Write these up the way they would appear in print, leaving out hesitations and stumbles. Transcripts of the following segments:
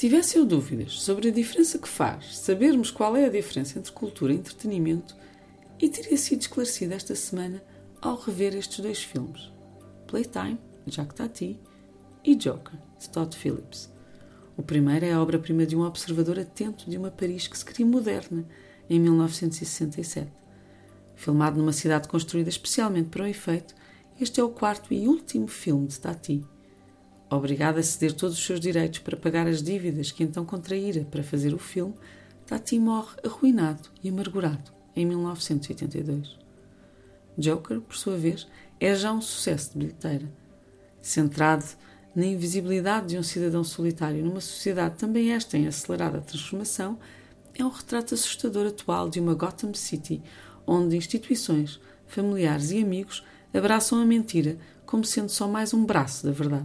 Tivesse eu dúvidas sobre a diferença que faz sabermos qual é a diferença entre cultura e entretenimento, e teria sido esclarecida esta semana ao rever estes dois filmes, Playtime, de Jacques Tati, e Joker, de Todd Phillips. O primeiro é a obra-prima de um observador atento de uma Paris que se cria moderna, em 1967. Filmado numa cidade construída especialmente para o efeito, este é o quarto e último filme de Tati. Obrigada a ceder todos os seus direitos para pagar as dívidas que então contraíra para fazer o filme, Tati morre arruinado e amargurado em 1982. Joker, por sua vez, é já um sucesso de bilheteira. Centrado na invisibilidade de um cidadão solitário numa sociedade também esta em acelerada transformação, é um retrato assustador atual de uma Gotham City onde instituições, familiares e amigos abraçam a mentira como sendo só mais um braço da verdade.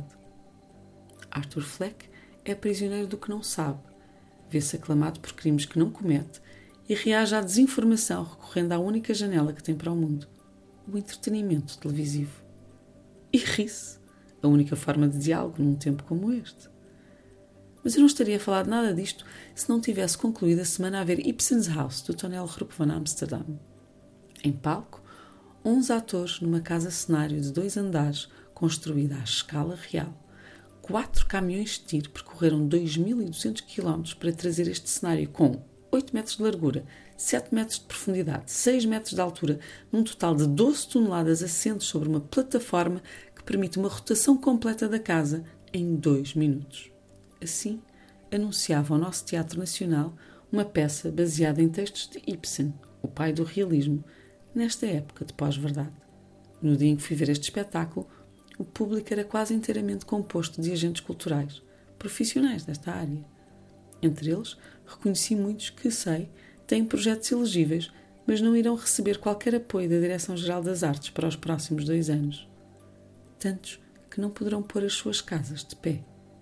Arthur Fleck é prisioneiro do que não sabe, vê-se aclamado por crimes que não comete e reage à desinformação recorrendo à única janela que tem para o mundo, o entretenimento televisivo. E ri-se, a única forma de diálogo num tempo como este. Mas eu não estaria a falar de nada disto se não tivesse concluído a semana a ver Ibsen's House, do Tonel Rupp van Amsterdam. Em palco, 11 atores numa casa-cenário de 2 andares construída à escala real. 4 caminhões de tiro percorreram 2.200 km para trazer este cenário com 8 metros de largura, 7 metros de profundidade, 6 metros de altura, num total de 12 toneladas assentes sobre uma plataforma que permite uma rotação completa da casa em 2 minutos. Assim, anunciava ao nosso Teatro Nacional uma peça baseada em textos de Ibsen, o pai do realismo, nesta época de pós-verdade. No dia em que fui ver este espetáculo, o público era quase inteiramente composto de agentes culturais, profissionais desta área. Entre eles, reconheci muitos que, sei, têm projetos elegíveis, mas não irão receber qualquer apoio da Direção-Geral das Artes para os próximos 2 anos. Tantos que não poderão pôr as suas casas de pé.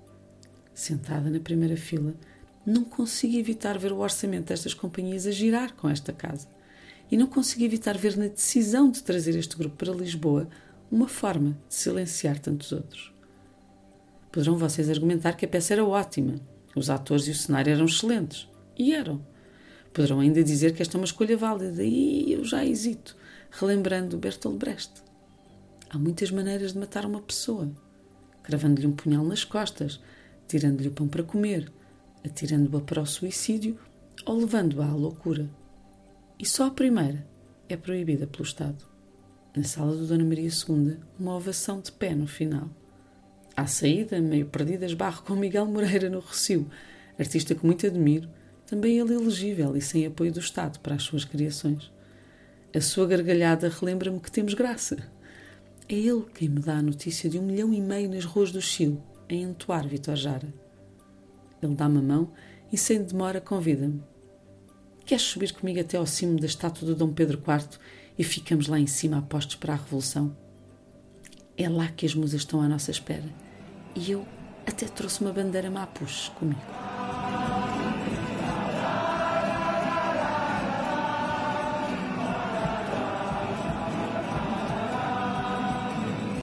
Sentada na primeira fila, não consigo evitar ver o orçamento destas companhias a girar com esta casa. E não consigo evitar ver na decisão de trazer este grupo para Lisboa uma forma de silenciar tantos outros. Poderão vocês argumentar que a peça era ótima, os atores e o cenário eram excelentes. E eram. Poderão ainda dizer que esta é uma escolha válida e eu já hesito, relembrando Bertolt Brecht. Há muitas maneiras de matar uma pessoa. Cravando-lhe um punhal nas costas, tirando-lhe o pão para comer, atirando-a para o suicídio ou levando-a à loucura. E só a primeira é proibida pelo Estado. Na sala do Dona Maria II, uma ovação de pé no final. À saída, meio perdida, esbarro com Miguel Moreira no Rossio, artista que muito admiro, também ele elegível e sem apoio do Estado para as suas criações. A sua gargalhada relembra-me que temos graça. É ele quem me dá a notícia de 1,5 milhão nas ruas do Chile, em entoar Vitor Jara. Ele dá-me a mão e, sem demora, convida-me. Queres subir comigo até ao cimo da estátua do Dom Pedro IV e ficamos lá em cima apostos para a Revolução? É lá que as musas estão à nossa espera. E eu até trouxe uma bandeira mapuche comigo.